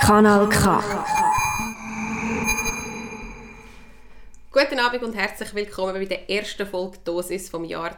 Kanal K. Guten Abend und herzlich willkommen bei der ersten Folge Dosis vom Jahr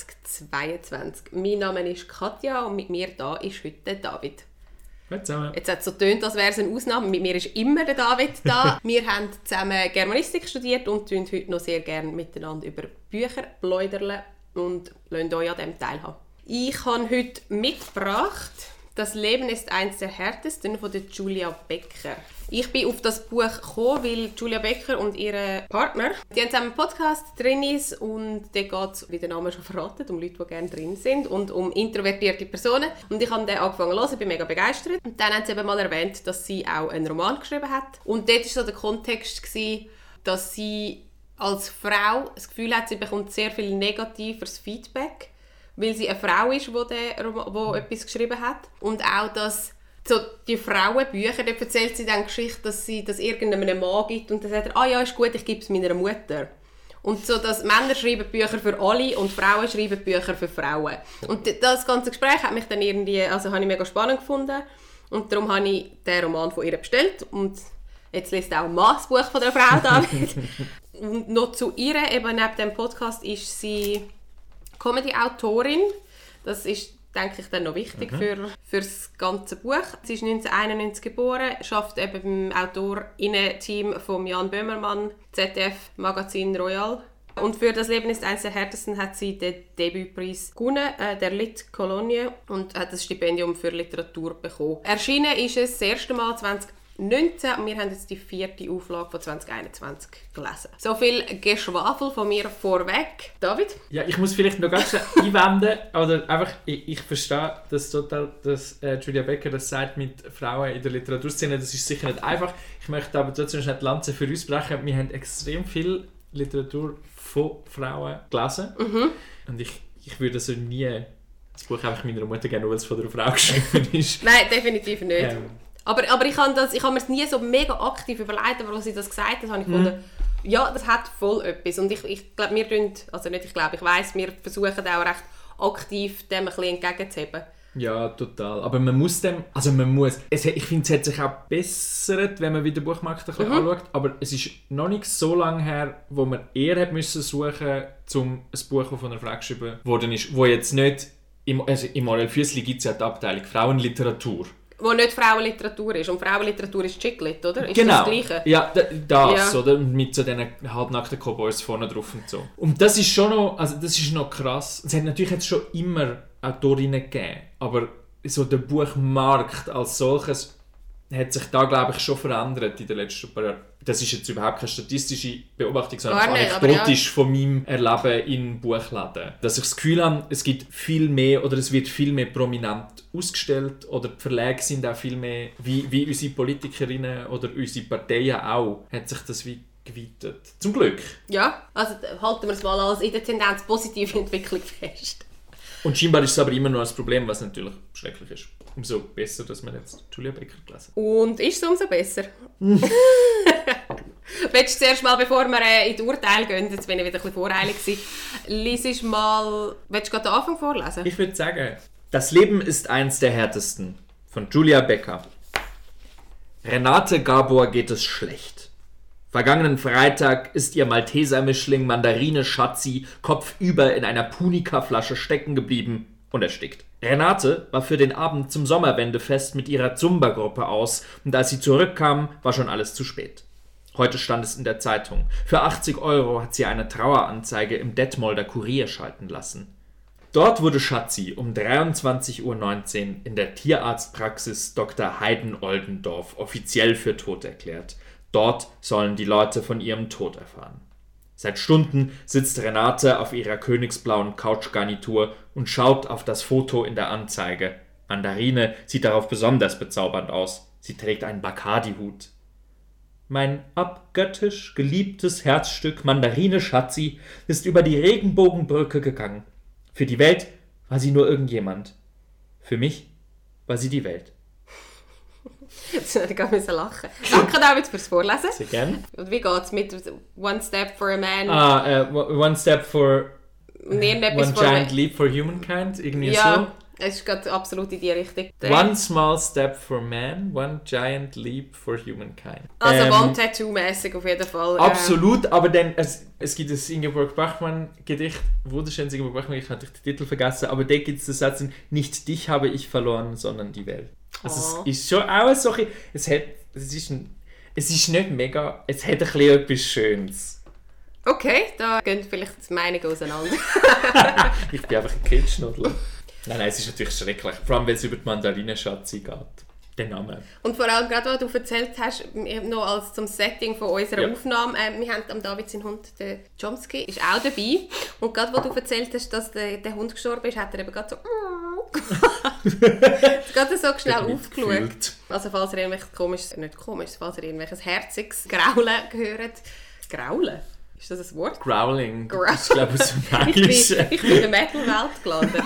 2022. Mein Name ist Katja und mit mir da ist heute der David. Hallo zusammen. Jetzt hat es so getönt, als wäre es eine Ausnahme. Mit mir ist immer der David da. Wir haben zusammen Germanistik studiert und tun heute noch sehr gerne miteinander über Bücher plaudern und lassen euch an diesem teilhaben. Ich habe heute mitgebracht «Das Leben ist eines der härtesten» von der Julia Becker. Ich bin auf das Buch gekommen, weil Julia Becker und ihr Partner, die haben zusammen einen Podcast drin ist und da geht es, wie der Name schon verratet, um Leute, die gerne drin sind und um introvertierte Personen. Und ich habe den angefangen zu hören, bin mega begeistert. Und dann haben sie eben mal erwähnt, dass sie auch einen Roman geschrieben hat. Und dort war so der Kontext, dass sie als Frau das Gefühl hat, sie bekommt sehr viel negatives Feedback, weil sie eine Frau ist, die etwas geschrieben hat. Und auch, dass so die Frauenbücher, da erzählt sie dann Geschichte, dass sie das irgendeinem Mann gibt und dann sagt er, ja, ist gut, ich gebe es meiner Mutter. Und so, dass Männer schreiben Bücher für alle und Frauen schreiben Bücher für Frauen. Und das ganze Gespräch hat mich dann irgendwie, habe ich mega spannend gefunden. Und darum habe ich den Roman von ihr bestellt. Und jetzt liest auch ein Mann das Buch von der Frau David. Und noch zu ihr, eben neben dem Podcast, ist sie Comedy-Autorin. Das ist, denke ich, dann noch wichtig für das ganze Buch. Sie ist 1991 geboren, arbeitet eben beim AutorInnen-Team von Jan Böhmermann, ZDF-Magazin Royal. Und für «Das Leben ist eines der härtesten» hat sie den Debütpreis gewonnen, der Lit Cologne, und hat das Stipendium für Literatur bekommen. Erschienen ist es das erste Mal 2019 und wir haben jetzt die 4. Auflage von 2021 gelesen. So viel Geschwafel von mir vorweg. David? Ja, ich muss vielleicht noch ganz schnell einwenden, oder einfach, ich verstehe das total, dass Julia Becker das sagt mit Frauen in der Literaturszene, das ist sicher nicht einfach. Ich möchte aber trotzdem schnell die Lanze für uns brechen. Wir haben extrem viel Literatur von Frauen gelesen und ich würde so nie das Buch einfach meiner Mutter geben, nur weil es von einer Frau geschrieben ist. Nein, definitiv nicht. Aber ich habe mir es nie so mega aktiv überlegt, aber als sie das gesagt hat, habe ich gefunden, ja, das hat voll etwas. Und ich glaube, ich weiss, wir versuchen auch recht aktiv dem ein bisschen entgegenzuheben. Ja, total. Aber ich finde, es hat sich auch bessert, wenn man wieder den Buchmarkt ein bisschen anschaut, aber es ist noch nicht so lange her, wo man eher hat müssen suchen, um ein Buch, das von einer Frau geschrieben worden ist, wo jetzt nicht, im Morel Füssli gibt es ja die Abteilung Frauenliteratur. Wo nicht Frauenliteratur ist. Und Frauenliteratur ist Chicklit, oder? Ist genau. Das Gleiche? Ja, das, oder? Mit so diesen halbnackten Cowboys vorne drauf und so. Und das ist schon noch, das ist noch krass. Es hat natürlich jetzt schon immer Autorinnen gegeben, aber so der Buchmarkt als solches hat sich da, glaube ich, schon verändert in den letzten paar Jahren. Das ist jetzt überhaupt keine statistische Beobachtung, sondern anekdotisch von meinem Erleben in Buchläden. Dass ich das Gefühl habe, es gibt viel mehr oder es wird viel mehr prominent ausgestellt oder die Verlage sind auch viel mehr, wie unsere Politikerinnen oder unsere Parteien auch, hat sich das wie geweitet. Zum Glück. Ja, also halten wir es mal als in der Tendenz positive Entwicklung fest. Und scheinbar ist es aber immer noch ein Problem, was natürlich schrecklich ist. Umso besser, dass man jetzt Julia Becker gelesen hat. Und ist es umso besser? Willst du zuerst mal, bevor wir in die Urteile gehen, jetzt bin ich wieder ein bisschen voreilig gewesen, willst du gerade den Anfang vorlesen? Ich würde sagen, «Das Leben ist eins der härtesten» von Julia Becker. Renate Gabor geht es schlecht. Vergangenen Freitag ist ihr Malteser-Mischling Mandarine Schatzi kopfüber in einer Punika-Flasche stecken geblieben und erstickt. Renate war für den Abend zum Sommerwendefest mit ihrer Zumba-Gruppe aus und als sie zurückkam, war schon alles zu spät. Heute stand es in der Zeitung. Für 80 € hat sie eine Traueranzeige im Detmolder Kurier schalten lassen. Dort wurde Schatzi um 23:19 Uhr in der Tierarztpraxis Dr. Heiden Oldendorf offiziell für tot erklärt. Dort sollen die Leute von ihrem Tod erfahren. Seit Stunden sitzt Renate auf ihrer königsblauen Couchgarnitur und schaut auf das Foto in der Anzeige. Mandarine sieht darauf besonders bezaubernd aus. Sie trägt einen Bacardi-Hut. Mein abgöttisch geliebtes Herzstück Mandarine Schatzi ist über die Regenbogenbrücke gegangen. Für die Welt war sie nur irgendjemand. Für mich war sie die Welt. Jetzt musste ich gerade lachen. Danke, David, fürs Vorlesen. Sehr gerne. Und wie geht es mit «One Step for a Man»? One Step for... One Giant Leap for Humankind? Irgendwie ja, Es ist gerade absolut in die Richtung. One small step for man, one giant leap for humankind. Also One-Tattoo-mässig auf jeden Fall. Absolut, aber dann, es gibt ein Ingeborg Bachmann-Gedicht, wunderschönes Ingeborg Bachmann, ich hatte den Titel vergessen, aber da gibt es den Satz, nicht dich habe ich verloren, sondern die Welt. Also es ist schon auch so ein bisschen, es ist nicht mega, es hat ein bisschen etwas Schönes. Okay, da gehen vielleicht die Meinungen auseinander. Ich bin einfach ein Kindschnuddler. Nein, es ist natürlich schrecklich. Vor allem, weil es über die Mandarinenschatzung geht. Der Name. Und vor allem, gerade was du erzählt hast, noch als zum Setting von unserer Aufnahme, wir haben am David seinen Hund, der Chomsky, ist auch dabei. Und gerade was du erzählt hast, dass der Hund gestorben ist, hat er eben gerade so gerade so schnell aufgeschaut. Also falls ihr irgendwelches falls ihr irgendwelches herziges Graulen gehört. Graulen? Ist das ein Wort? Growling. Das ist, glaube ich, so ich bin in der Metal-Welt gelandet.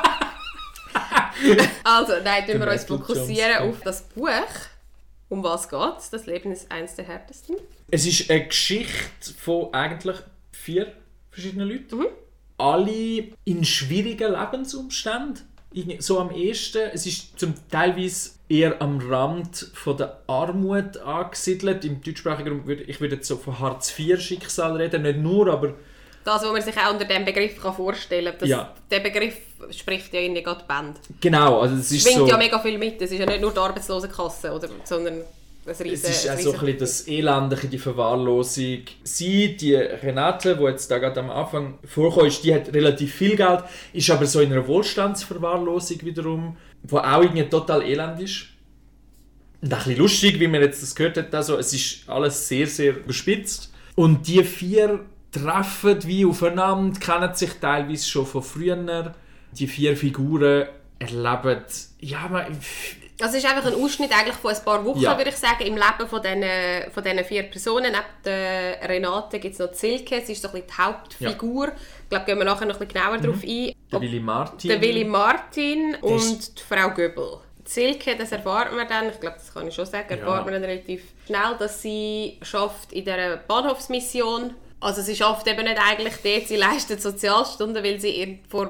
Also, nein, wir uns fokussieren auf das Buch. Um was geht es? Das Leben ist eines der härtesten. Es ist eine Geschichte von eigentlich 4 verschiedenen Leuten. Mhm. Alle in schwierigen Lebensumständen. So am ehesten. Es ist zum teilweise eher am Rand von der Armut angesiedelt. Im deutschsprachigen Raum würde ich jetzt so von Hartz-IV-Schicksal reden. Nicht nur, aber... Das, was man sich auch unter diesem Begriff vorstellen kann. Ja. Der Begriff spricht ja irgendwie gerade die Band. Genau. Also es schwingt so, ja mega viel mit. Es ist ja nicht nur die Arbeitslosenkasse, sondern ein riesen... Es ist auch so ein bisschen das Elendliche, die Verwahrlosung. Sie, die Renate, die jetzt da gerade am Anfang vorgekommen ist, die hat relativ viel Geld, ist aber so in einer Wohlstandsverwahrlosung wiederum, die auch irgendwie total elend ist. Und ein bisschen lustig, wie man jetzt das gehört hat. Also, es ist alles sehr, sehr überspitzt. Und die 4 treffen wie aufeinander, kennen sich teilweise schon von früher. Die 4 Figuren erleben... Ja, also es ist einfach ein Ausschnitt eigentlich von ein paar Wochen, würde ich sagen, im Leben von diesen 4 Personen. Neben der Renate gibt es noch Silke, sie ist so ein bisschen die Hauptfigur. Ich glaube, gehen wir nachher noch ein bisschen genauer darauf ein. Der Willi Martin und die Frau Göbel. Silke, das erfahrt man dann, ich glaube, das kann ich schon sagen, erfahrt man dann relativ schnell, dass sie schafft in dieser Bahnhofsmission. Also sie schafft eben nicht eigentlich dort, sie leistet Sozialstunden, weil sie vor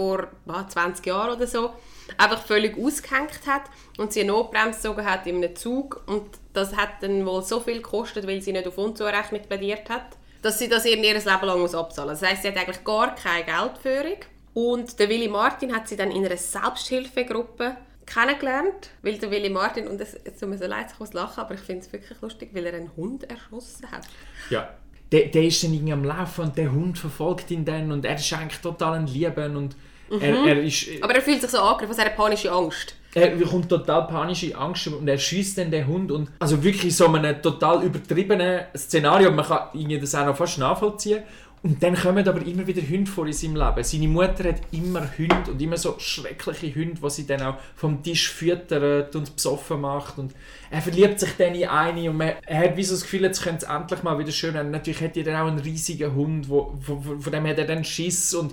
20 Jahren oder so einfach völlig ausgehängt hat und sie eine Notbremse gezogen hat in einem Zug und das hat dann wohl so viel gekostet, weil sie nicht auf Unzurechnung plädiert hat, dass sie das ihr Leben lang abzahlen muss. Das heisst, sie hat eigentlich gar keine Geldführung und der Willi Martin hat sie dann in einer Selbsthilfegruppe kennengelernt, weil der Willi Martin, und es tut mir so leid, ich muss lachen, aber ich finde es wirklich lustig, weil er einen Hund erschossen hat. Ja. Der ist dann irgendwie am Laufen und der Hund verfolgt ihn dann und er ist eigentlich total ein Lieben und er ist... Aber er fühlt sich so angegriffen, also er hat panische Angst. Er bekommt total panische Angst und er schießt dann den Hund und also wirklich so einem total übertriebenen Szenario, man kann irgendwie das auch noch fast nachvollziehen. Und dann kommen aber immer wieder Hunde vor in seinem Leben. Seine Mutter hat immer Hunde und immer so schreckliche Hunde, die sie dann auch vom Tisch füttert und besoffen macht. Und er verliebt sich dann in eine und er hat wie so das Gefühl, jetzt könnte es endlich mal wieder schön werden. Natürlich hat er dann auch einen riesigen Hund, von dem hat er dann Schiss. Und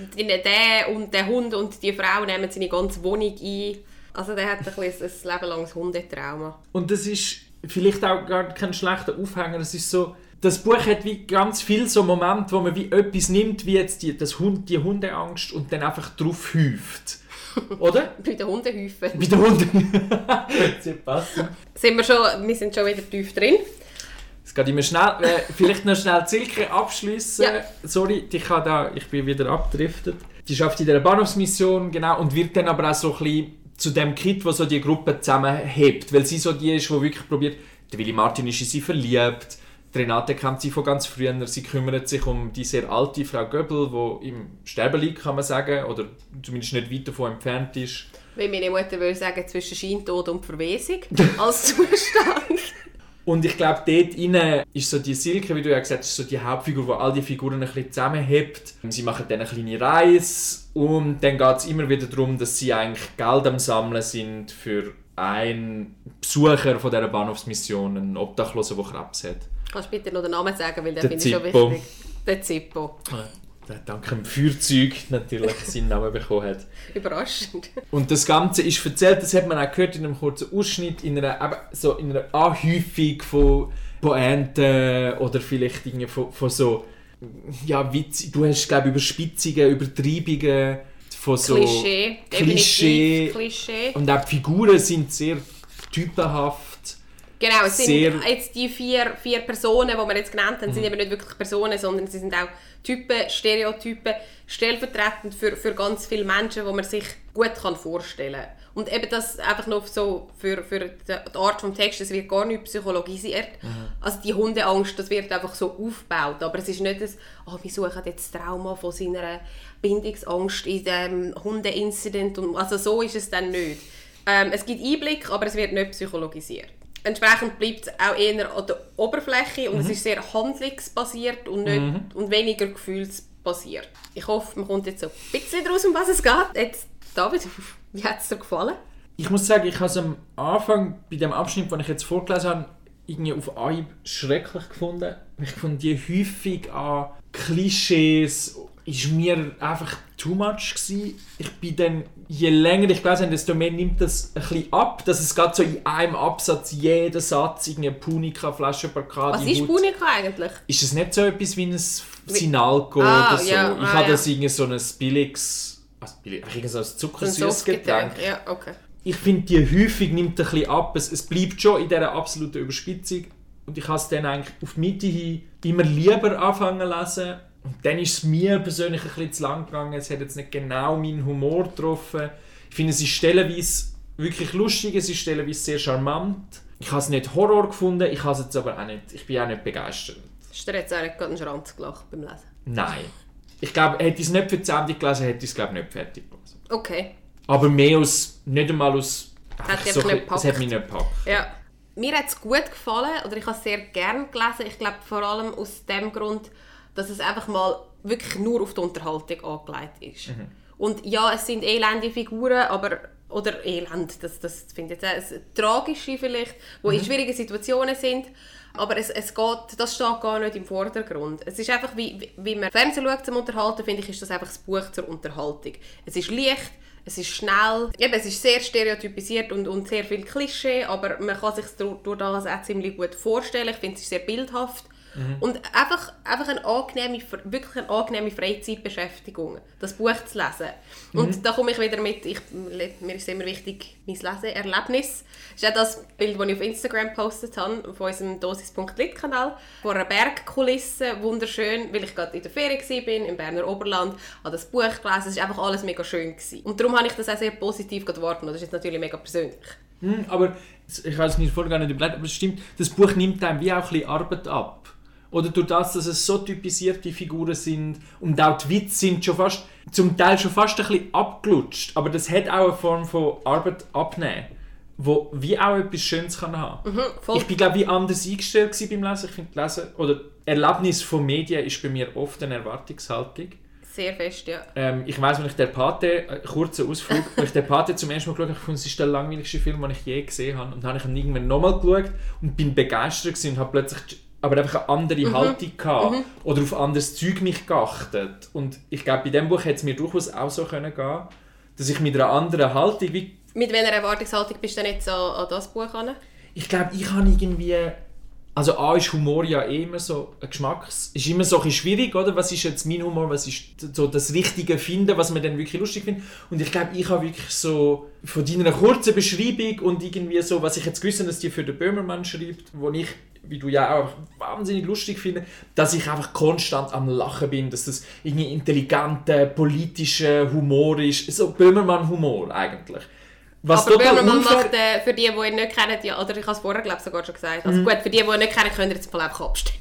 der Hund und die Frau nehmen seine ganze Wohnung ein. Also der hat ein Leben lang ein Hundetrauma. Und das ist vielleicht auch gar kein schlechter Aufhänger. Es ist so... Das Buch hat wie ganz viele so Momente, wo man wie etwas nimmt, wie jetzt die Hundeangst und dann einfach drauf häuft. Oder? Bei den Hundehäufen. Bei den Hundehäufen. Das passt. Wir sind schon wieder tief drin. Es geht immer schnell. Vielleicht noch schnell Silke abschliessen. Ja. Sorry, ich bin wieder abgedriftet. Die schafft in dieser Bahnhofsmission, genau, und wird dann aber auch so ein bisschen zu dem Kid, der so die Gruppe zusammenhebt. Weil sie so die ist, die wirklich probiert, der Willi Martin ist in sie verliebt. Renate kennt sie von ganz früher. Sie kümmert sich um die sehr alte Frau Göbel, die im Sterben liegt, kann man sagen, oder zumindest nicht weit davon entfernt ist. Wie meine Mutter würde sagen, zwischen Scheintod und Verwesung als Zustand. Und ich glaube, dort rein ist so die Silke, wie du ja gesagt hast, so die Hauptfigur, die all die Figuren ein bisschen zusammenhebt. Sie machen dann eine kleine Reise und dann geht es immer wieder darum, dass sie eigentlich Geld am Sammeln sind für einen Besucher von dieser Bahnhofsmission, einen Obdachlosen, der Krebs hat. Kannst du bitte noch den Namen sagen, weil den finde ich schon wichtig. Der Zippo. Der dank dem Feuerzeug natürlich seinen Namen bekommen hat. Überraschend. Und das Ganze ist erzählt, das hat man auch gehört in einem kurzen Ausschnitt, in einer Anhäufung von Pointen oder vielleicht von so, ja, Witz. Du hast, glaube ich, Überspitzungen, Übertreibungen. von so Klischee. Klischee. Und auch die Figuren sind sehr typenhaft. Genau, es sind jetzt die vier Personen, die wir jetzt genannt haben, sind eben nicht wirklich Personen, sondern sie sind auch Typen, Stereotypen, stellvertretend für ganz viele Menschen, die man sich gut vorstellen kann. Und eben das einfach noch so für die Art des Textes, es wird gar nicht psychologisiert. Also die Hundeangst, das wird einfach so aufgebaut. Aber es ist nicht das, wir suchen jetzt das Trauma von seiner Bindungsangst in dem Hundeincident. Also so ist es dann nicht. Es gibt Einblick, aber es wird nicht psychologisiert. Entsprechend bleibt es auch eher an der Oberfläche und es ist sehr handlungsbasiert und, und weniger gefühlsbasiert. Ich hoffe, man kommt jetzt so ein bisschen daraus, um was es geht. Jetzt, David, wie hat es dir gefallen? Ich muss sagen, ich habe es am Anfang, bei dem Abschnitt, den ich jetzt vorgelesen habe, irgendwie auf Anhieb schrecklich gefunden. Ich fand die häufig an Klischees ist mir einfach too much gewesen. Ich bin dann, je länger ich gelesen habe, desto mehr nimmt das ein bisschen ab, dass es gerade so in einem Absatz jeder Satz eine Punica-Flasche Bacardi. Was ist Punica eigentlich? Ist es nicht so etwas wie ein Sinalco oder so? Ja, ich habe das irgendwie so ein billiges, so ein zuckersüßes Getränk. Ja, okay. Ich finde, die häufig nimmt ein bisschen ab. Es bleibt schon in dieser absoluten Überspitzung. Und ich habe es dann eigentlich auf die Mitte hin immer lieber anfangen zu lesen. Und dann ist es mir persönlich ein bisschen zu lang gegangen. Es hat jetzt nicht genau meinen Humor getroffen. Ich finde, es ist stellenweise wirklich lustig, es ist stellenweise sehr charmant. Ich habe es nicht Horror gefunden, ich habe es jetzt aber auch nicht, ich bin auch nicht begeistert. Hast du dir jetzt auch nicht gerade einen Schranz gelacht beim Lesen? Nein. Ich glaube, hätte ich es nicht für die Sendung gelesen, hätte ich es glaube nicht fertig gelesen. Okay. Aber mehr aus, nicht einmal aus... Es hat mich nicht gepackt. Ja. Mir hat es gut gefallen, oder ich habe es sehr gerne gelesen. Ich glaube vor allem aus dem Grund, dass es einfach mal wirklich nur auf die Unterhaltung angelegt ist. Und ja, es sind elende Figuren, aber... Oder elend, das finde ich jetzt tragische vielleicht, die in schwierigen Situationen sind. Aber es geht, das steht gar nicht im Vordergrund. Es ist einfach, wie man Fernsehen schaut zum Unterhalten, finde ich, ist das einfach das Buch zur Unterhaltung. Es ist leicht, es ist schnell, eben, es ist sehr stereotypisiert und sehr viel Klischee, aber man kann sich durch das auch ziemlich gut vorstellen. Ich finde, es ist sehr bildhaft. Und einfach wirklich eine angenehme Freizeitbeschäftigung, das Buch zu lesen. Und da komme ich wieder mit, mir ist immer wichtig, mein Leseerlebnis. Das ist auch das Bild, das ich auf Instagram gepostet habe, auf unserem Dosis.lit-Kanal, vor einer Bergkulisse, wunderschön, weil ich gerade in der Ferien war, im Berner Oberland, habe das Buch gelesen, es war einfach alles mega schön gewesen. Und darum habe ich das auch sehr positiv wahrgenommen, das ist jetzt natürlich mega persönlich. Aber, ich habe es mir vorher gar nicht überlegt, aber es stimmt, das Buch nimmt einem wie auch ein bisschen Arbeit ab. Oder durch das, dass es so typisierte Figuren sind und auch die Witze sind zum Teil schon fast ein bisschen abgelutscht. Aber das hat auch eine Form von Arbeit abnehmen, wo wie auch etwas Schönes kann haben. Ich bin, glaube ich, anders eingestellt beim Lesen. Ich finde, Lesen oder Erlebnis von Medien ist bei mir oft eine Erwartungshaltung. Sehr fest, ja. Ich weiss, wenn ich der Pate, kurzer Ausflug, wenn ich den Pate zum ersten Mal geschaut habe, ich fand, es ist der langweiligste Film, den ich je gesehen habe. Und dann habe ich ihn irgendwann nochmal geschaut und bin begeistert und habe plötzlich aber einfach eine andere Haltung gehabt oder auf anderes Zeug mich geachtet. Und ich glaube, bei diesem Buch hätte es mir durchaus auch so gehen können, dass ich mit einer anderen Haltung... Mit welcher Erwartungshaltung bist du denn jetzt an das Buch ran? Ich glaube, ich habe irgendwie... Also A ist Humor ja immer so ein Geschmacks... ist immer so ein bisschen schwierig, oder? Was ist jetzt mein Humor, was ist so das Richtige Finden, was man dann wirklich lustig findet. Und ich glaube, ich habe wirklich so von deiner kurzen Beschreibung und irgendwie so, was ich jetzt gewusst habe, dass die für den Böhmermann schreibt, wo ich, wie du ja auch, wahnsinnig lustig finde, dass ich einfach konstant am Lachen bin, dass das irgendwie intelligenter, politischer Humor ist. So Böhmermann-Humor eigentlich. Was aber Böhmermann macht, für die ihn nicht kennen, ja, oder ich habe es vorher glaube sogar schon gesagt, also gut, für die ihn nicht kennen, könnt ihr jetzt mal einfach abstellen.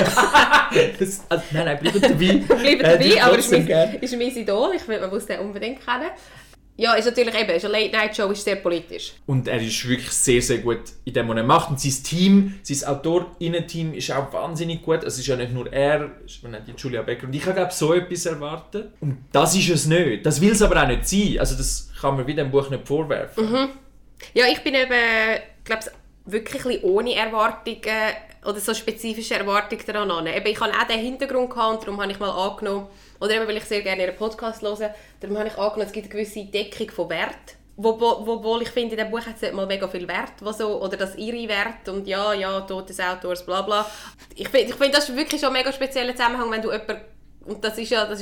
Nein, bleibt dabei. Bleibt dabei, aber ist mein Idol, man muss den unbedingt kennen. Ja, ist natürlich eben, eine Late-Night-Show ist sehr politisch. Und er ist wirklich sehr, sehr gut in dem, was er macht. Und sein Team, sein AutorInnen-Team ist auch wahnsinnig gut. Es ist ja nicht nur er, man nennt die Julia Becker. Und ich habe so etwas erwartet. Und das ist es nicht. Das will es aber auch nicht sein. Also das kann man wieder dem Buch nicht vorwerfen. Ja, ich bin eben, glaube ich, wirklich ein bisschen ohne Erwartungen oder so spezifische Erwartungen daran an. Eben, ich hatte auch den Hintergrund gehabt, und darum habe ich mal angenommen, oder eben, weil ich sehr gerne ihren Podcast höre, darum habe ich angenommen, es gibt eine gewisse Deckung von Wert. Obwohl ich finde, in diesem Buch hat es nicht mal mega viel Wert, oder das ihre Wert und ja, Tod des Autors, bla bla. Ich finde, das ist wirklich schon ein mega spezieller Zusammenhang, wenn du jemanden, und das ist ja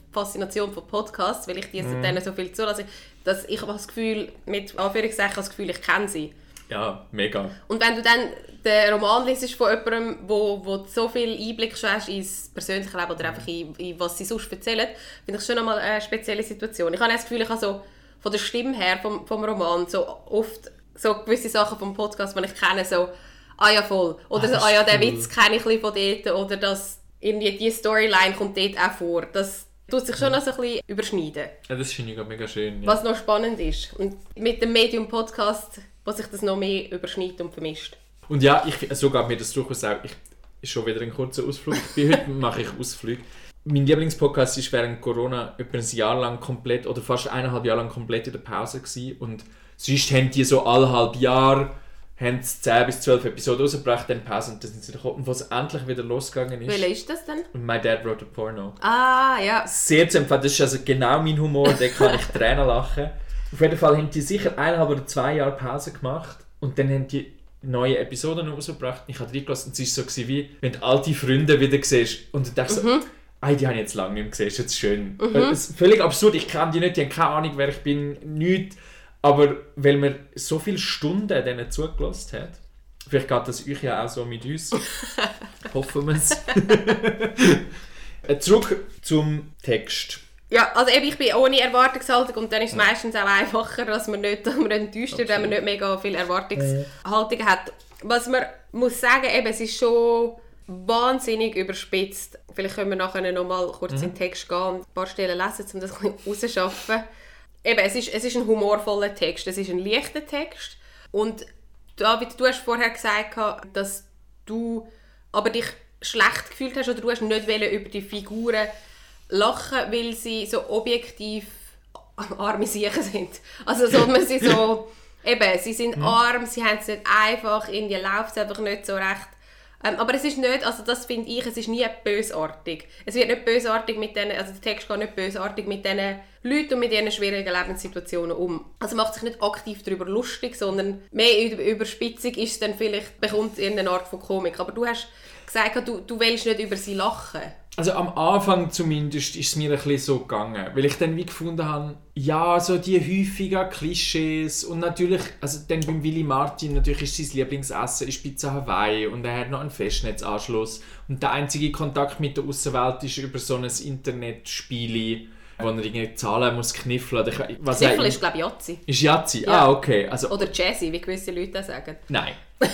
Faszination von Podcasts, weil ich die denen so viel zulasse, dass ich das Gefühl, mit Anführungszeichen, das Gefühl, ich kenne sie. Ja, mega. Und wenn du dann den Roman liest von jemandem, wo so viel Einblick schon hast ins persönliche Leben oder einfach in was sie sonst erzählen, finde ich schon nochmal eine spezielle Situation. Ich habe das Gefühl, ich habe so von der Stimme her vom Roman so oft so gewisse Sachen vom Podcast, die ich kenne, so «Ah ja, voll». Oder so «Ah ja, den Witz kenne ich ein bisschen von dort». Oder dass irgendwie die Storyline kommt dort auch vor. Das tut sich schon noch so ein bisschen überschneiden. Ja, das finde ich mega schön. Ja. Was noch spannend ist. Und mit dem Medium-Podcast, wo sich das noch mehr überschneidet und vermischt. Und ja, so geht mir das durchaus auch. Ist schon wieder ein kurzer Ausflug. Heute mache ich Ausflüge. Mein Lieblingspodcast war während Corona etwa ein Jahr lang komplett, oder fast 1,5 Jahre lang komplett in der Pause gewesen. Und sonst haben die so alle halb Jahr 10 bis 12 Episoden rausgebracht, dann Pause und dann sind sie gekommen. Und was endlich wieder losgegangen ist. Welcher ist das denn? My Dad Wrote a Porno. Ah, ja. Sehr zu empfehlen. Das ist also genau mein Humor, da kann ich Tränen lachen. Auf jeden Fall haben die sicher 1,5 oder 2 Jahre Pause gemacht und dann haben die neue Episoden rausgebracht. Ich habe reingelassen und es war so, wie wenn du alte Freunde wieder siehst und du denkst so, die habe ich jetzt lange nicht mehr gesehen, ist jetzt schön. Es ist völlig absurd, ich kenne die nicht, die haben keine Ahnung, wer ich bin, nichts. Aber weil man so viele Stunden denen zugelassen hat, vielleicht geht das euch ja auch so mit uns, hoffen wir es. Zurück zum Text. Ja, also eben, ich bin ohne Erwartungshaltung und dann ist es meistens auch einfacher, dass man nicht enttäuscht wird, wenn man nicht mega viel Erwartungshaltung hat. Was man muss sagen, eben, es ist schon wahnsinnig überspitzt. Vielleicht können wir nachher noch mal kurz in den Text gehen und ein paar Stellen lesen, um das ein bisschen rauszuschaffen. Eben, es ist ein humorvoller Text, es ist ein leichter Text. Und David, du hast vorher gesagt, dass du aber dich schlecht gefühlt hast oder du hast nicht über die Figuren lachen, weil sie so objektiv arme Siechen sind. Also so, man sie so, eben, sie sind arm, sie haben es nicht einfach, irgendwie läuft es einfach nicht so recht. Aber es ist nicht, also das finde ich, es ist nie bösartig. Es wird nicht bösartig mit denen, also der Text geht nicht bösartig mit diesen Leuten und mit ihren schwierigen Lebenssituationen um. Also macht sich nicht aktiv darüber lustig, sondern mehr überspitzig ist es dann vielleicht, bekommt irgendeine Art von Komik. Aber du hast gesagt, du willst nicht über sie lachen. Also am Anfang zumindest ist es mir ein bisschen so gegangen, weil ich dann wie gefunden habe, ja, so die häufigen Klischees und natürlich, also dann beim Willy Martin, natürlich ist sein Lieblingsessen ist Pizza Hawaii und er hat noch einen Festnetzanschluss und der einzige Kontakt mit der Außenwelt ist über so ein Internetspiel, wo er irgendwie Zahlen muss kniffeln. Kniffel ist, glaube ich, Yazzi. Ist Yazzi? Ja. Ah, okay. Also, oder Jazzy, wie gewisse Leute das sagen. Nein.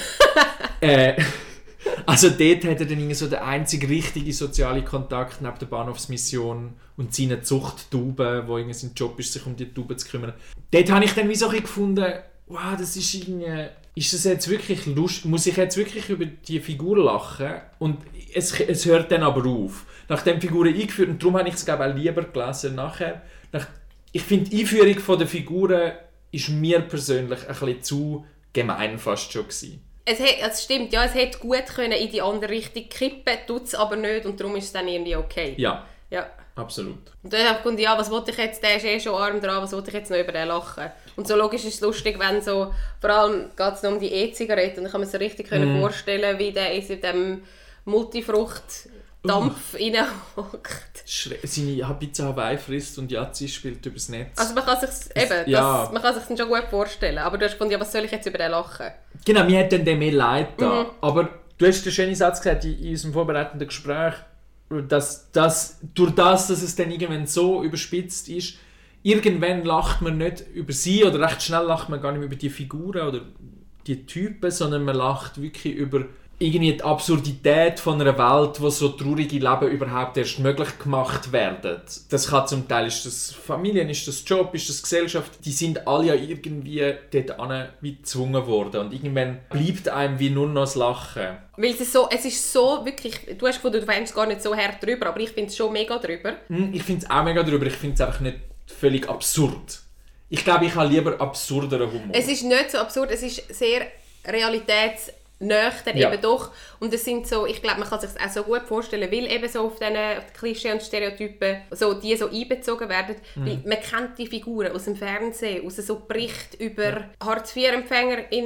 Also dort hat er dann so den einzigen richtigen sozialen Kontakt neben der Bahnhofsmission und seinen Zuchttauben, wo sein Job ist, sich um die Tauben zu kümmern. Dort habe ich dann wie so gefunden, wow, das ist irgendwie... Ist das jetzt wirklich lustig? Muss ich jetzt wirklich über die Figur lachen? Und es hört dann aber auf. Nachdem die Figuren eingeführt, und darum habe ich es glaube ich auch lieber gelesen nachher. Ich finde, die Einführung von der Figuren ist mir persönlich ein bisschen zu gemein fast schon gewesen. Es stimmt, ja, es hätte gut können in die andere Richtung kippen, tut es aber nicht und darum ist es dann irgendwie okay. Ja, ja. Absolut. Und dann habe ich gedacht, ja, was wollte ich jetzt, der ist eh schon arm dran, was wollte ich jetzt noch über den lachen? Und so logisch ist es lustig, wenn so, vor allem geht es noch um die E-Zigaretten und ich kann mir so richtig vorstellen, wie der in diesem Multifrucht-Dampf reinhockt. Seine Pizza Hawaii frisst und Yazzi spielt übers Netz. Also man kann sich eben, ja. Man kann sich das schon gut vorstellen, aber du hast gefunden, ja, was soll ich jetzt über den lachen? Genau, mir hat dann der mehr leid da. Aber du hast den schönen Satz gesagt in unserem vorbereitenden Gespräch, dass durch das, dass es dann irgendwann so überspitzt ist, irgendwann lacht man nicht über sie oder recht schnell lacht man gar nicht mehr über die Figuren oder die Typen, sondern man lacht wirklich über irgendwie die Absurdität von einer Welt, wo so traurige Leben überhaupt erst möglich gemacht werden. Das kann zum Teil, ist das Familien, ist das Job, ist das Gesellschaft, die sind alle ja irgendwie dort wie gezwungen worden und irgendwann bleibt einem wie nur noch das Lachen. Weil es ist so wirklich, du hast gefunden, du fängst gar nicht so hart drüber, aber ich finde es schon mega drüber. Ich finde es auch mega drüber, ich finde es einfach nicht völlig absurd. Ich glaube, ich habe lieber absurderen Humor. Es ist nicht so absurd, es ist sehr realitätsnäher eben doch. Und es sind so, ich glaube, man kann sich das auch so gut vorstellen, weil eben so auf diesen Klischee und Stereotypen so, die so einbezogen werden. Weil man kennt die Figuren aus dem Fernsehen, aus so Berichten über Hartz-IV-EmpfängerInnen,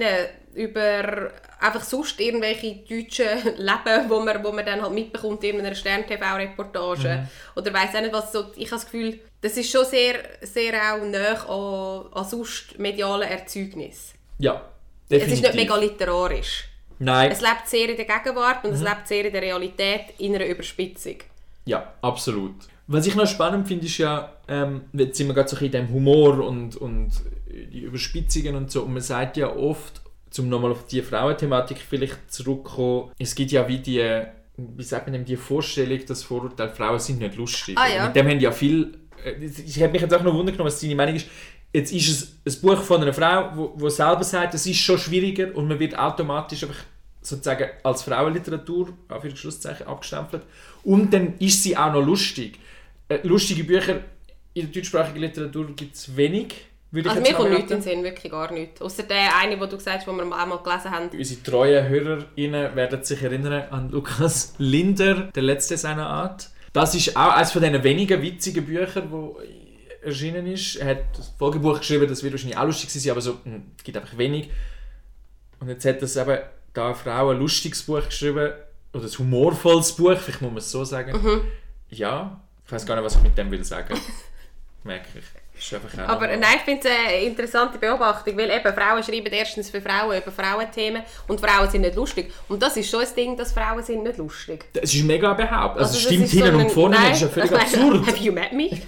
über einfach sonst irgendwelche deutschen Leben, wo man dann halt mitbekommt in einer Stern-TV-Reportage. Oder weiss auch nicht was. So, ich habe das Gefühl, das ist schon sehr, sehr auch nahe an sonst medialen Erzeugnissen. Ja, definitiv. Es ist nicht mega literarisch. Nein. Es lebt sehr in der Gegenwart und es lebt sehr in der Realität, in einer Überspitzung. Ja, absolut. Was ich noch spannend finde, ist ja, jetzt sind wir gerade so in dem Humor und die Überspitzungen und so, und man sagt ja oft, um nochmal auf die Frauenthematik vielleicht zurückzukommen, es gibt ja wie wie sagt man denn, die Vorstellung, dass Vorurteile, Frauen sind nicht lustig. Ja. Mit dem haben ja viel, ich habe mich jetzt auch noch wundern genommen, was deine Meinung ist. Jetzt ist es ein Buch von einer Frau, die selber sagt, es ist schon schwieriger und man wird automatisch einfach sozusagen als Frauenliteratur abgestempelt. Und dann ist sie auch noch lustig. Lustige Bücher in der deutschsprachigen Literatur gibt es wenig, würde ich Also jetzt mir kommt mal nichts in den Sinn, wirklich gar nichts. Ausser der eine, den du gesagt hast, den wir einmal gelesen haben. Unsere treuen HörerInnen werden sich erinnern an Lukas Linder, der letzte seiner Art. Das ist auch eines von diesen wenigen witzigen Büchern, die erschienen ist. Er hat das Folgebuch geschrieben, das wird wahrscheinlich auch lustig sein, aber so, es gibt einfach wenig. Und jetzt hat das eben da eine Frau ein lustiges Buch geschrieben, oder ein humorvolles Buch, vielleicht muss man es so sagen. Ja, ich weiß gar nicht, was ich mit dem will sagen. Merke ich. Aber nein, ich finde es eine interessante Beobachtung, weil eben Frauen schreiben erstens für Frauen über Frauenthemen und Frauen sind nicht lustig. Und das ist schon ein Ding, dass Frauen sind nicht lustig. Das ist mega behauptet. Also stimmt hinten so und vorne, das ist ja völlig absurd. Have you met me?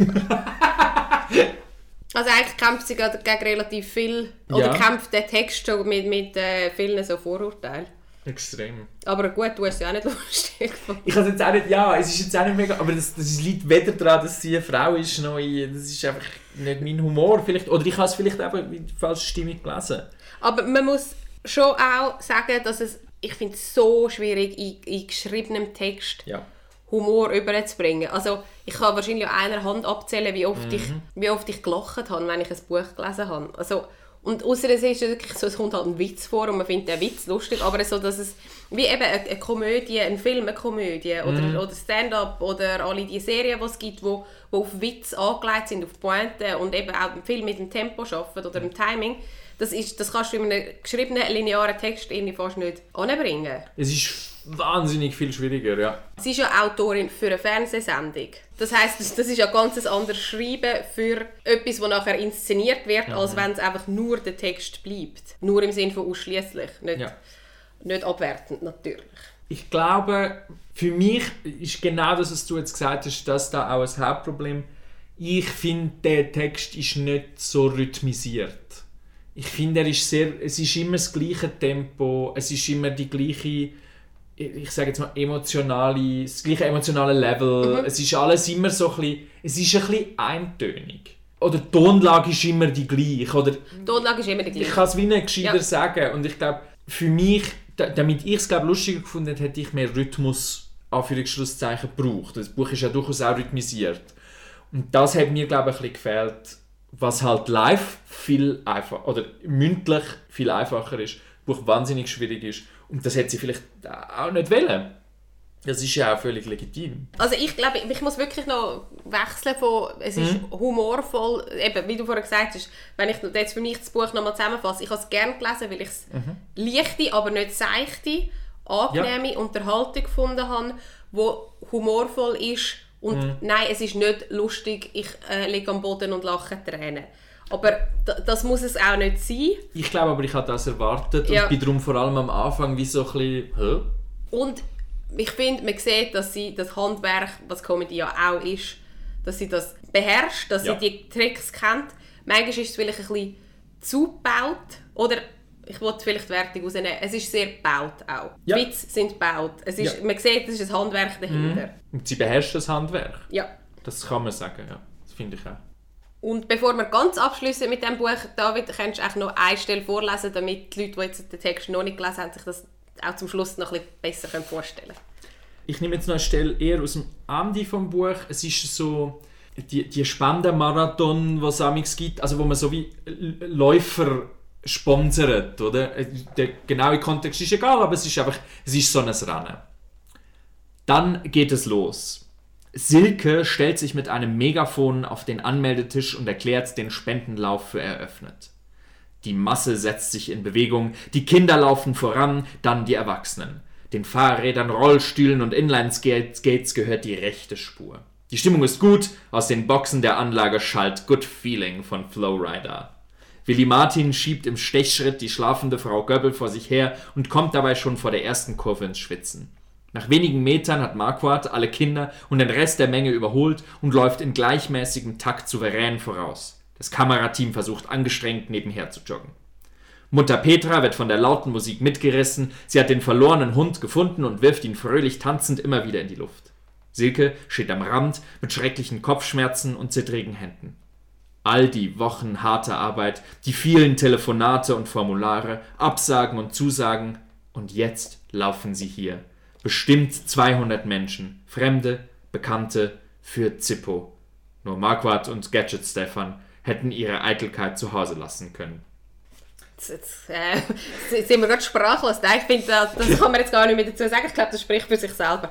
Also eigentlich kämpft sie gegen relativ viel, oder kämpft der Text schon mit vielen so Vorurteilen. Extrem. Aber gut, du hast es ja auch nicht lustig. Ich habe jetzt auch nicht, ja, es ist jetzt auch nicht mega, aber das liegt weder daran, dass sie eine Frau ist, noch das ist einfach nicht mein Humor vielleicht, oder ich habe es vielleicht einfach in der falschen Stimmung gelesen. Aber man muss schon auch sagen, dass ich finde es so schwierig, in geschriebenem Text Humor überzubringen. Also ich kann wahrscheinlich an einer Hand abzählen, wie oft ich gelacht habe, wenn ich ein Buch gelesen habe. Also, und ausser es ist wirklich so, es kommt halt ein Witz vor und man findet den Witz lustig, aber so, dass es wie eben eine Komödie, ein Film, eine Komödie oder Stand-up oder alle die Serien, die es gibt, die auf Witz angelegt sind, auf Pointe und eben auch viel mit dem Tempo arbeiten oder dem Timing, das kannst du in einem geschriebenen, linearen Text irgendwie fast nicht anbringen. Es ist wahnsinnig viel schwieriger, ja. Sie ist ja Autorin für eine Fernsehsendung. Das heisst, das ist ja ganz ein anderes Schreiben für etwas, das nachher inszeniert wird, als wenn es einfach nur der Text bleibt. Nur im Sinne von ausschliesslich, nicht abwertend natürlich. Ich glaube, für mich ist genau das, was du jetzt gesagt hast, das da auch ein Hauptproblem. Ich finde, der Text ist nicht so rhythmisiert. Ich finde, es ist immer das gleiche Tempo, es ist immer die gleiche, ich sage jetzt mal das gleiche emotionale Level. Es ist alles immer so ein bisschen, es ist ein bisschen eintönig. Oder die Tonlage ist immer die gleiche. Oder die Tonlage ist immer die gleiche. Ich kann es wie nicht gescheiter sagen. Und ich glaube, für mich, damit ich es lustiger gefunden hätte, hätte ich mehr Rhythmus, Anführungsschlusszeichen, gebraucht. Das Buch ist ja durchaus auch rhythmisiert. Und das hat mir, glaube ich, ein bisschen gefehlt, was halt live viel einfacher, oder mündlich viel einfacher ist, das Buch wahnsinnig schwierig ist. Und das hätte sie vielleicht auch nicht wollen. Das ist ja auch völlig legitim. Also ich glaube, ich muss wirklich noch wechseln von, es ist humorvoll, eben, wie du vorhin gesagt hast, wenn ich jetzt für mich das Buch nochmal zusammenfasse, ich habe es gerne gelesen, weil ich es leichte, aber nicht seichte, angenehme Unterhaltung gefunden habe, die humorvoll ist. Und nein, es ist nicht lustig, ich liege am Boden und lache Tränen. Aber das muss es auch nicht sein. Ich glaube aber, ich habe das erwartet und bin darum vor allem am Anfang wie so ein bisschen... Und ich finde, man sieht, dass sie das Handwerk, was Comedy ja auch ist, dass sie das beherrscht, dass sie die Tricks kennt. Manchmal ist es vielleicht ein bisschen zu gebaut. Oder ich wollte vielleicht die Wertung rausnehmen. Es ist sehr gebaut auch. Ja. Die Witze sind gebaut. Man sieht, es ist ein Handwerk dahinter. Und sie beherrscht das Handwerk. Ja. Das kann man sagen, ja. Das finde ich auch. Und bevor wir ganz abschließen mit diesem Buch, David, kannst du noch eine Stelle vorlesen, damit die Leute, die jetzt den Text noch nicht gelesen haben, sich das auch zum Schluss noch ein bisschen besser vorstellen können. Ich nehme jetzt noch eine Stelle eher aus dem Ende vom Buch. Es ist so die Spendenmarathon, die es amigs gibt, also wo man so wie Läufer sponsert, oder? Der genaue Kontext ist egal, aber es ist so ein Rennen. Dann geht es los. Silke stellt sich mit einem Megafon auf den Anmeldetisch und erklärt den Spendenlauf für eröffnet. Die Masse setzt sich in Bewegung, die Kinder laufen voran, dann die Erwachsenen. Den Fahrrädern, Rollstühlen und Inline-Skates gehört die rechte Spur. Die Stimmung ist gut, aus den Boxen der Anlage schallt Good Feeling von Flowrider. Willi Martin schiebt im Stechschritt die schlafende Frau Göbbel vor sich her und kommt dabei schon vor der ersten Kurve ins Schwitzen. Nach wenigen Metern hat Marquardt alle Kinder und den Rest der Menge überholt und läuft in gleichmäßigem Takt souverän voraus. Das Kamerateam versucht angestrengt nebenher zu joggen. Mutter Petra wird von der lauten Musik mitgerissen, sie hat den verlorenen Hund gefunden und wirft ihn fröhlich tanzend immer wieder in die Luft. Silke steht am Rand mit schrecklichen Kopfschmerzen und zittrigen Händen. All die Wochen harter Arbeit, die vielen Telefonate und Formulare, Absagen und Zusagen, und jetzt laufen sie hier. Bestimmt 200 Menschen, Fremde, Bekannte, für Zippo. Nur Marquardt und Gadget Stefan hätten ihre Eitelkeit zu Hause lassen können. Jetzt sind wir gerade sprachlos. Ich finde, das kann man jetzt gar nicht mehr dazu sagen. Ich glaube, das spricht für sich selber.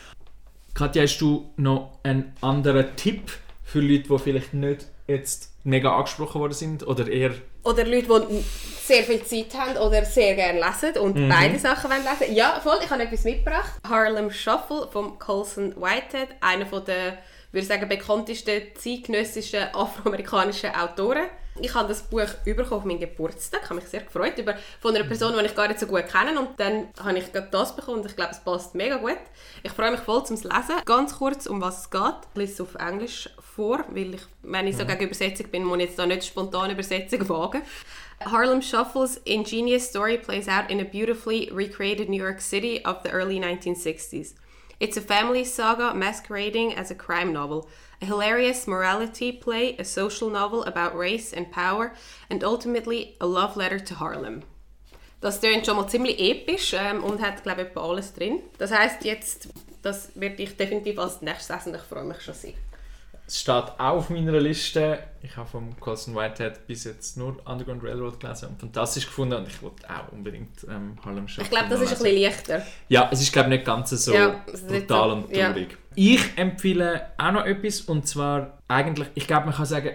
Katja, hast du noch einen anderen Tipp für Leute, die vielleicht nicht jetzt mega angesprochen worden sind? Oder eher... Oder Leute, die sehr viel Zeit haben oder sehr gerne lesen und beide Sachen lesen wollen. Ja, voll. Ich habe etwas mitgebracht. Harlem Shuffle von Colson Whitehead. Einer der, würde ich sagen, bekanntesten zeitgenössischen afroamerikanischen Autoren. Ich habe das Buch bekommen auf meinen Geburtstag. Ich habe mich sehr gefreut von einer Person, die ich gar nicht so gut kenne. Und dann habe ich gerade das bekommen und ich glaube, es passt mega gut. Ich freue mich voll zum Lesen. Ganz kurz, um was es geht. Ich lese es auf Englisch vor, weil ich, wenn ich so gegen Übersetzung bin, muss ich jetzt da nicht spontan Übersetzung wagen. Harlem Shuffle's ingenious story plays out in a beautifully recreated New York City of the early 1960s. It's a family saga masquerading as a crime novel, a hilarious morality play, a social novel about race and power, and ultimately a love letter to Harlem. Das klingt schon mal ziemlich episch und hat, glaube ich, etwa alles drin. Das heisst, jetzt, das werde ich definitiv als nächstes lesen und ich freue mich schon sehr. Es steht auch auf meiner Liste. Ich habe von Colson Whitehead bis jetzt nur Underground Railroad gelesen und fantastisch gefunden und ich wollte auch unbedingt Harlem Shuffle. Ich glaube, das ist ein bisschen leichter. Ja, es ist glaube ich nicht ganz so brutal und traurig. Ja. Ich empfehle auch noch etwas und zwar eigentlich, ich glaube man kann sagen,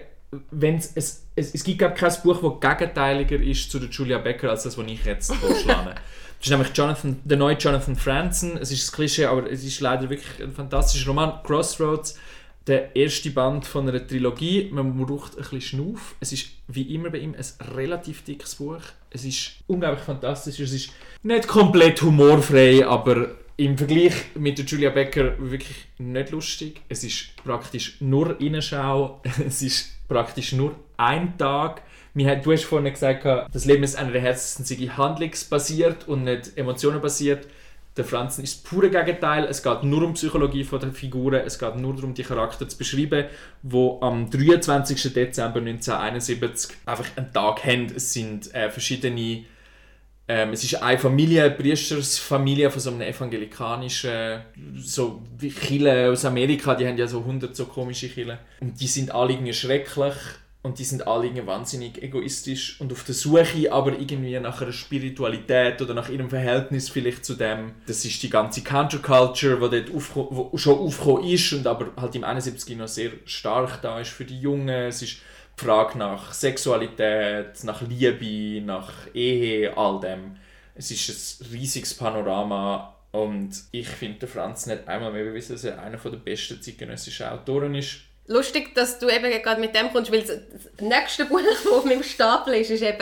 es gibt glaube kein Buch, das gegenteiliger ist zu der Julia Becker als das, was ich jetzt vorschlage. Das ist nämlich der neue Jonathan Franzen. Es ist ein Klischee, aber es ist leider wirklich ein fantastischer Roman. Crossroads. Der erste Band von einer Trilogie. Man braucht ein bisschen Schnuff. Es ist wie immer bei ihm ein relativ dickes Buch. Es ist unglaublich fantastisch. Es ist nicht komplett humorfrei, aber im Vergleich mit der Julia Becker wirklich nicht lustig. Es ist praktisch nur Innenschau. Es ist praktisch nur ein Tag. Du hast vorhin gesagt, das Leben ist einer der härtesten, sei handlungsbasiert und nicht emotionenbasiert. Der Franzen ist das pure Gegenteil. Es geht nur um die Psychologie der Figuren. Es geht nur darum, die Charakter zu beschreiben, die am 23. Dezember 1971 einfach einen Tag haben. Es sind verschiedene... es ist eine Familie, eine Priestersfamilie von so einem evangelikanischen so wie Kirche aus Amerika. Die haben ja so 100 so komische Kirchen. Und die sind alle irgendwie schrecklich. Und die sind alle irgendwie wahnsinnig egoistisch und auf der Suche aber irgendwie nach einer Spiritualität oder nach ihrem Verhältnis vielleicht zu dem. Das ist die ganze Counterculture, die dort schon aufgekommen ist und aber halt im 71 noch sehr stark da ist für die Jungen. Es ist die Frage nach Sexualität, nach Liebe, nach Ehe, all dem. Es ist ein riesiges Panorama und ich finde, der Franz nicht einmal mehr bewiesen, dass er einer der besten zeitgenössischen Autoren ist. Lustig, dass du eben gerade mit dem kommst, weil das nächste Buch, das auf meinem Stapel ist eben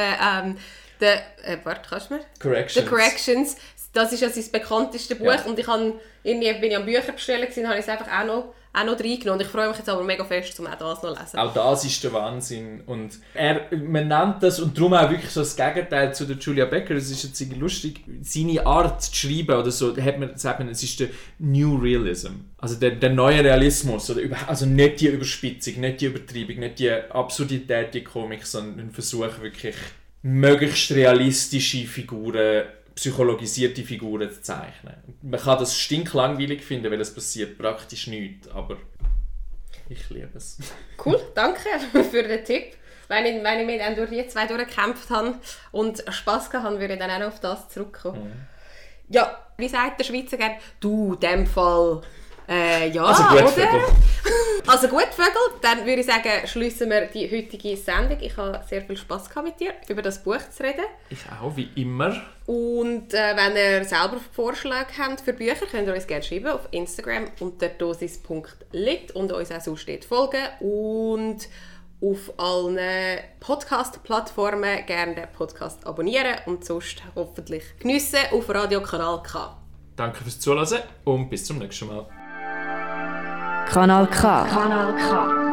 The Corrections. Das ist ja sein bekanntestes Buch und ich bin am Bücher bestellen und habe es einfach auch noch reingenommen. Und ich freue mich jetzt aber mega fest, um auch das noch zu lesen. Auch das ist der Wahnsinn. Und man nennt das, und darum auch wirklich so das Gegenteil zu der Julia Becker, das ist jetzt lustig, seine Art zu schreiben oder so, sagt man, es ist der New Realism. Also der neue Realismus. Oder also nicht die Überspitzung, nicht die Übertreibung, nicht die Absurdität, die Komik, sondern ein Versuch, wirklich möglichst realistische Figuren, psychologisierte Figuren zu zeichnen. Man kann das stinklangweilig finden, weil es passiert praktisch nichts, aber ich liebe es. Cool, danke für den Tipp. Wenn ich mich dann durch die zwei durchgekämpft habe und Spass gehabt habe, würde ich dann auch noch auf das zurückkommen. Ja, wie sagt der Schweizer gerne? Du, in dem Fall, ja, also gut, oder? Also gut, Vögel, dann würde ich sagen, schliessen wir die heutige Sendung. Ich habe sehr viel Spass gehabt mit dir, über das Buch zu reden. Ich auch, wie immer. Und wenn ihr selber Vorschläge habt für Bücher, könnt ihr uns gerne schreiben auf Instagram unter dosis.lit und uns auch sonst folgen. Und auf allen Podcast-Plattformen gerne den Podcast abonnieren und sonst hoffentlich geniessen auf Radio Kanal K. Danke fürs Zuhören und bis zum nächsten Mal. Kanal K. Kanal K.